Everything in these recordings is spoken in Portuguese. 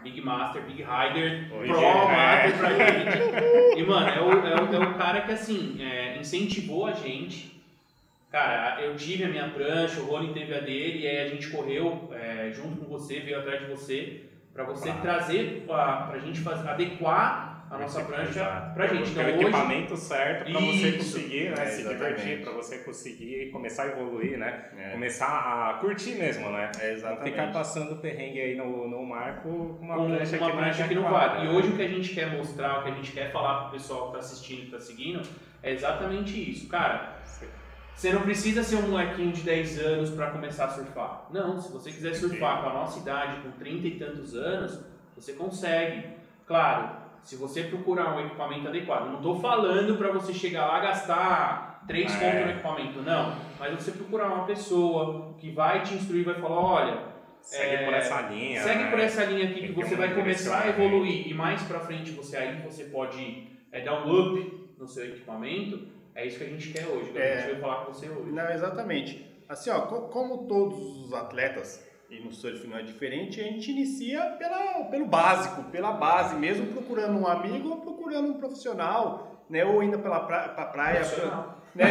Big Master, Big Rider, Hoje Pro Master pra gente. E, mano, é o cara que, assim, incentivou a gente. Cara, eu tive a minha prancha, o Rony teve a dele, e aí a gente correu junto com você, veio atrás de você, pra você trazer, pra gente adequar a nossa prancha pra gente. Então, o equipamento certo pra você conseguir, né, se exatamente. divertir, pra você conseguir começar a evoluir, né? Começar a curtir mesmo, né? Não ficar passando perrengue aí no mar com uma prancha que não vale. E hoje o que a gente quer mostrar, o que a gente quer falar pro pessoal que tá assistindo, que tá seguindo, é exatamente isso. Cara, você não precisa ser um molequinho de 10 anos para começar a surfar. Não, se você quiser surfar com a nossa idade, com 30 e tantos anos, você consegue. Claro, se você procurar um equipamento adequado. Não estou falando para você chegar lá e gastar 3 contos no equipamento, não. Mas você procurar uma pessoa que vai te instruir, vai falar, olha... Segue por essa linha. Segue por essa linha aqui que você vai começar a evoluir. E mais para frente você pode dar um up no seu equipamento. É isso que a gente quer hoje, que a gente veio falar com você hoje. Não, exatamente. Assim, ó, como todos os atletas, e no surf não é diferente, a gente inicia pelo básico, pela base, mesmo procurando um amigo ou procurando um profissional, né? Ou indo pra praia, né?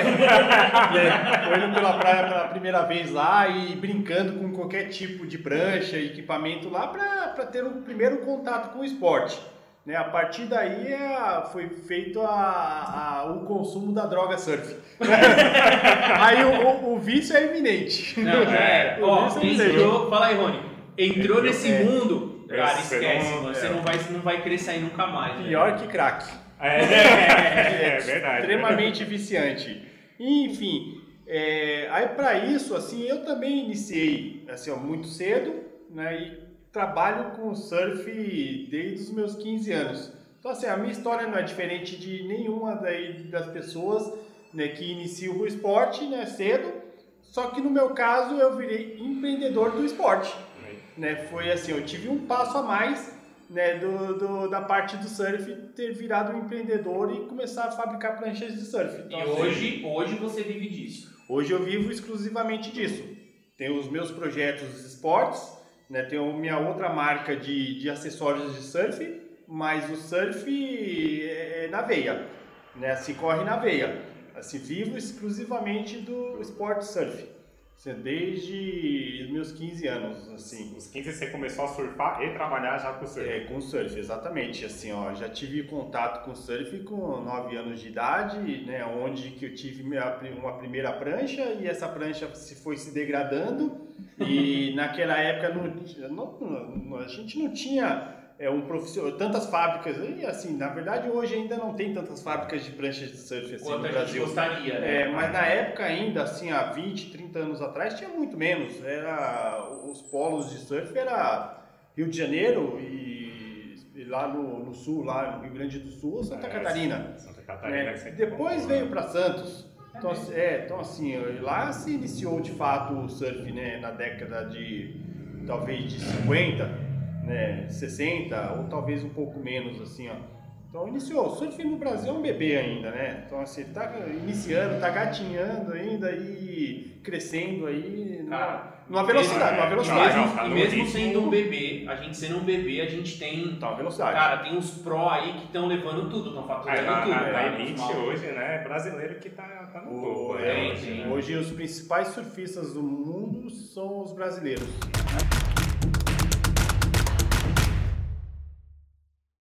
Ou indo pela praia pela primeira vez lá e brincando com qualquer tipo de prancha, equipamento lá para ter o primeiro contato com o esporte. Né, a partir daí foi feito o consumo da droga surf. Aí o vício é iminente. Não, fala aí, Rony. Entrou nesse mundo, cara, esquece, mano. Você não vai querer sair nunca mais. Pior que crack. É verdade. Extremamente viciante. Enfim, aí para isso, assim, eu também iniciei assim, ó, muito cedo, né, e trabalho com surf desde os meus 15 anos. Então, assim, a minha história não é diferente de nenhuma das pessoas, né, que iniciam o esporte, né, cedo, só que no meu caso eu virei empreendedor do esporte. Né? Foi assim, eu tive um passo a mais, né, da parte do surf, ter virado um empreendedor e começar a fabricar pranchas de surf. Então, e hoje você vive disso? Hoje eu vivo exclusivamente disso. Tenho os meus projetos de esportes, né, tenho minha outra marca de acessórios de surf, mas o surf é na veia, né, assim, corre na veia. Assim, vivo exclusivamente do esporte surf, assim, desde os meus 15 anos. Assim. Os 15 você começou a surfar e trabalhar já com surf? Com surf, exatamente. Assim, ó, já tive contato com surf com 9 anos de idade, né, onde que eu tive uma primeira prancha e essa prancha foi se degradando. E naquela época a gente não tinha um profissional, tantas fábricas, e assim, na verdade hoje ainda não tem tantas fábricas de pranchas de surf assim, no Brasil. Gostaria, né? Mas na época ainda, assim, há 20, 30 anos atrás, tinha muito menos. Os polos de surf era Rio de Janeiro e lá no sul, lá no Rio Grande do Sul, Santa Catarina. Santa Catarina. Depois veio para Santos. Então assim, lá se iniciou de fato o surf, né, na década talvez de 50, né, 60, ou talvez um pouco menos, assim, ó. Então iniciou, o surf no Brasil é um bebê ainda, né? Então assim, tá iniciando, tá gatinhando ainda e crescendo aí numa velocidade. E mesmo sendo um bebê, a gente tem... Tá, velocidade. Cara, tem uns pró aí que estão levando tudo, estão faturando tudo. A elite hoje, né, brasileiro que tá no topo. Hoje os principais surfistas do mundo são os brasileiros.